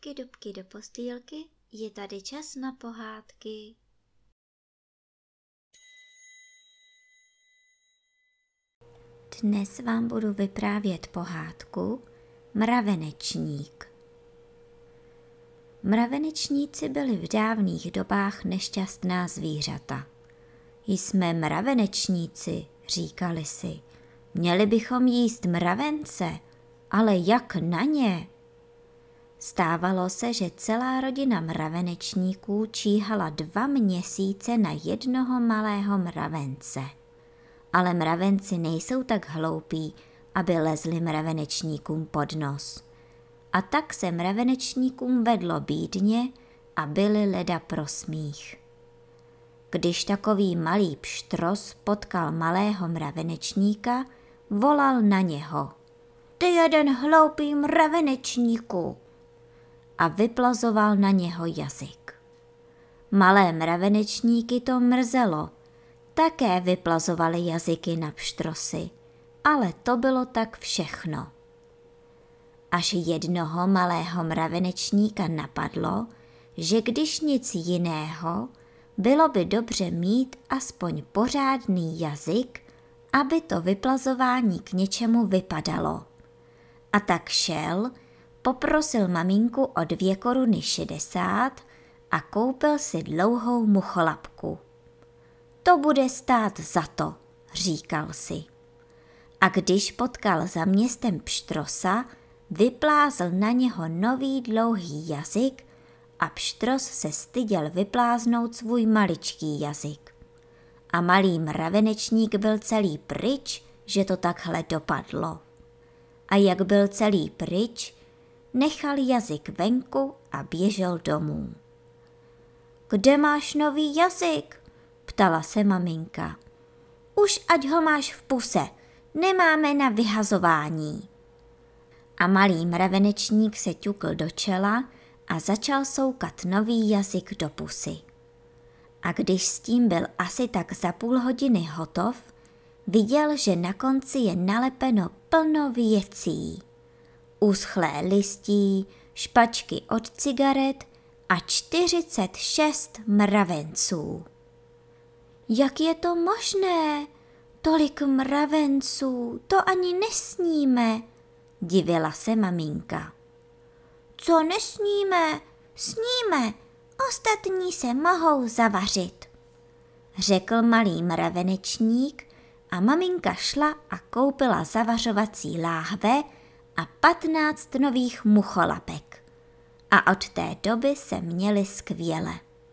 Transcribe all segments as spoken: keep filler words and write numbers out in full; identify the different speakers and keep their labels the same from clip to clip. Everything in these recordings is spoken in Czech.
Speaker 1: dubky, dubky do postýlky, je tady čas na pohádky. Dnes vám budu vyprávět pohádku Mravenečník. Mravenečníci byli v dávných dobách nešťastná zvířata. Jsme mravenečníci, říkali si, měli bychom jíst mravence, ale jak na ně? Stávalo se, že celá rodina mravenečníků číhala dva měsíce na jednoho malého mravence. Ale mravenci nejsou tak hloupí, aby lezli mravenečníkům pod nos. A tak se mravenečníkům vedlo bídně a byli leda pro smích. Když takový malý pštros potkal malého mravenečníka, volal na něho. Ty jeden hloupý mravenečníku! A vyplazoval na něho jazyk. Malé mravenečníky to mrzelo, také vyplazovali jazyky na pštrosy, ale to bylo tak všechno. Až jednoho malého mravenečníka napadlo, že když nic jiného, bylo by dobře mít aspoň pořádný jazyk, aby to vyplazování k něčemu vypadalo. A tak šel, poprosil maminku o dvě koruny šedesát a koupil si dlouhou mucholapku. To bude stát za to, říkal si. A když potkal za městem pštrosa, vyplázl na něho nový dlouhý jazyk a pštros se styděl vypláznout svůj maličký jazyk. A malý mravenečník byl celý pryč, že to takhle dopadlo. A jak byl celý pryč, nechal jazyk venku a běžel domů. Kde máš nový jazyk? Ptala se maminka. Už ať ho máš v puse, nemáme na vyhazování. A malý mravenečník se ťukl do čela a začal soukat nový jazyk do pusy. A když s tím byl asi tak za půl hodiny hotov, viděl, že na konci je nalepeno plno věcí. Uschlé listí, špačky od cigaret a čtyřicet šest mravenců. Jak je to možné? Tolik mravenců, to ani nesníme, divila se maminka. Co nesníme? Sníme, ostatní se mohou zavařit, řekl malý mravenečník a maminka šla a koupila zavařovací láhve a patnáct nových mucholapek. A od té doby se měli skvěle.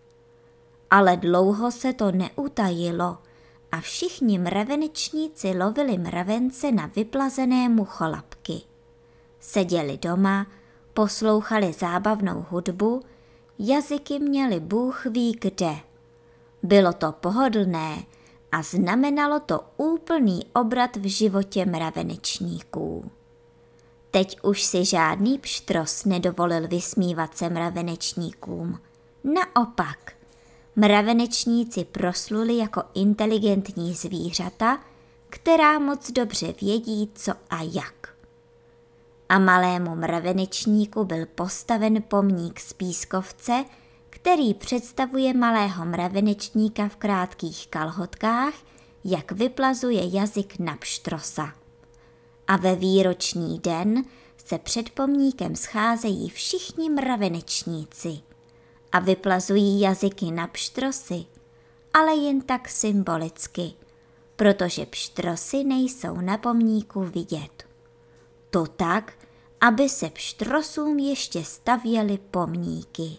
Speaker 1: Ale dlouho se to neutajilo a všichni mravenečníci lovili mravence na vyplazené mucholapky. Seděli doma, poslouchali zábavnou hudbu, jazyky měli Bůh ví kde. Bylo to pohodlné a znamenalo to úplný obrat v životě mravenečníků. Teď už si žádný pštros nedovolil vysmívat se mravenečníkům. Naopak, mravenečníci prosluli jako inteligentní zvířata, která moc dobře vědí, co a jak. A malému mravenečníku byl postaven pomník z pískovce, který představuje malého mravenečníka v krátkých kalhotkách, jak vyplazuje jazyk na pštrosa. A ve výroční den se před pomníkem scházejí všichni mravenečníci a vyplazují jazyky na pštrosy, ale jen tak symbolicky, protože pštrosy nejsou na pomníku vidět. To tak, aby se pštrosům ještě stavěly pomníky.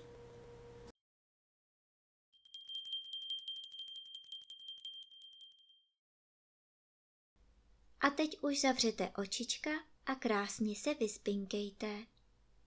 Speaker 1: A teď už zavřete očička a krásně se vyspinkejte.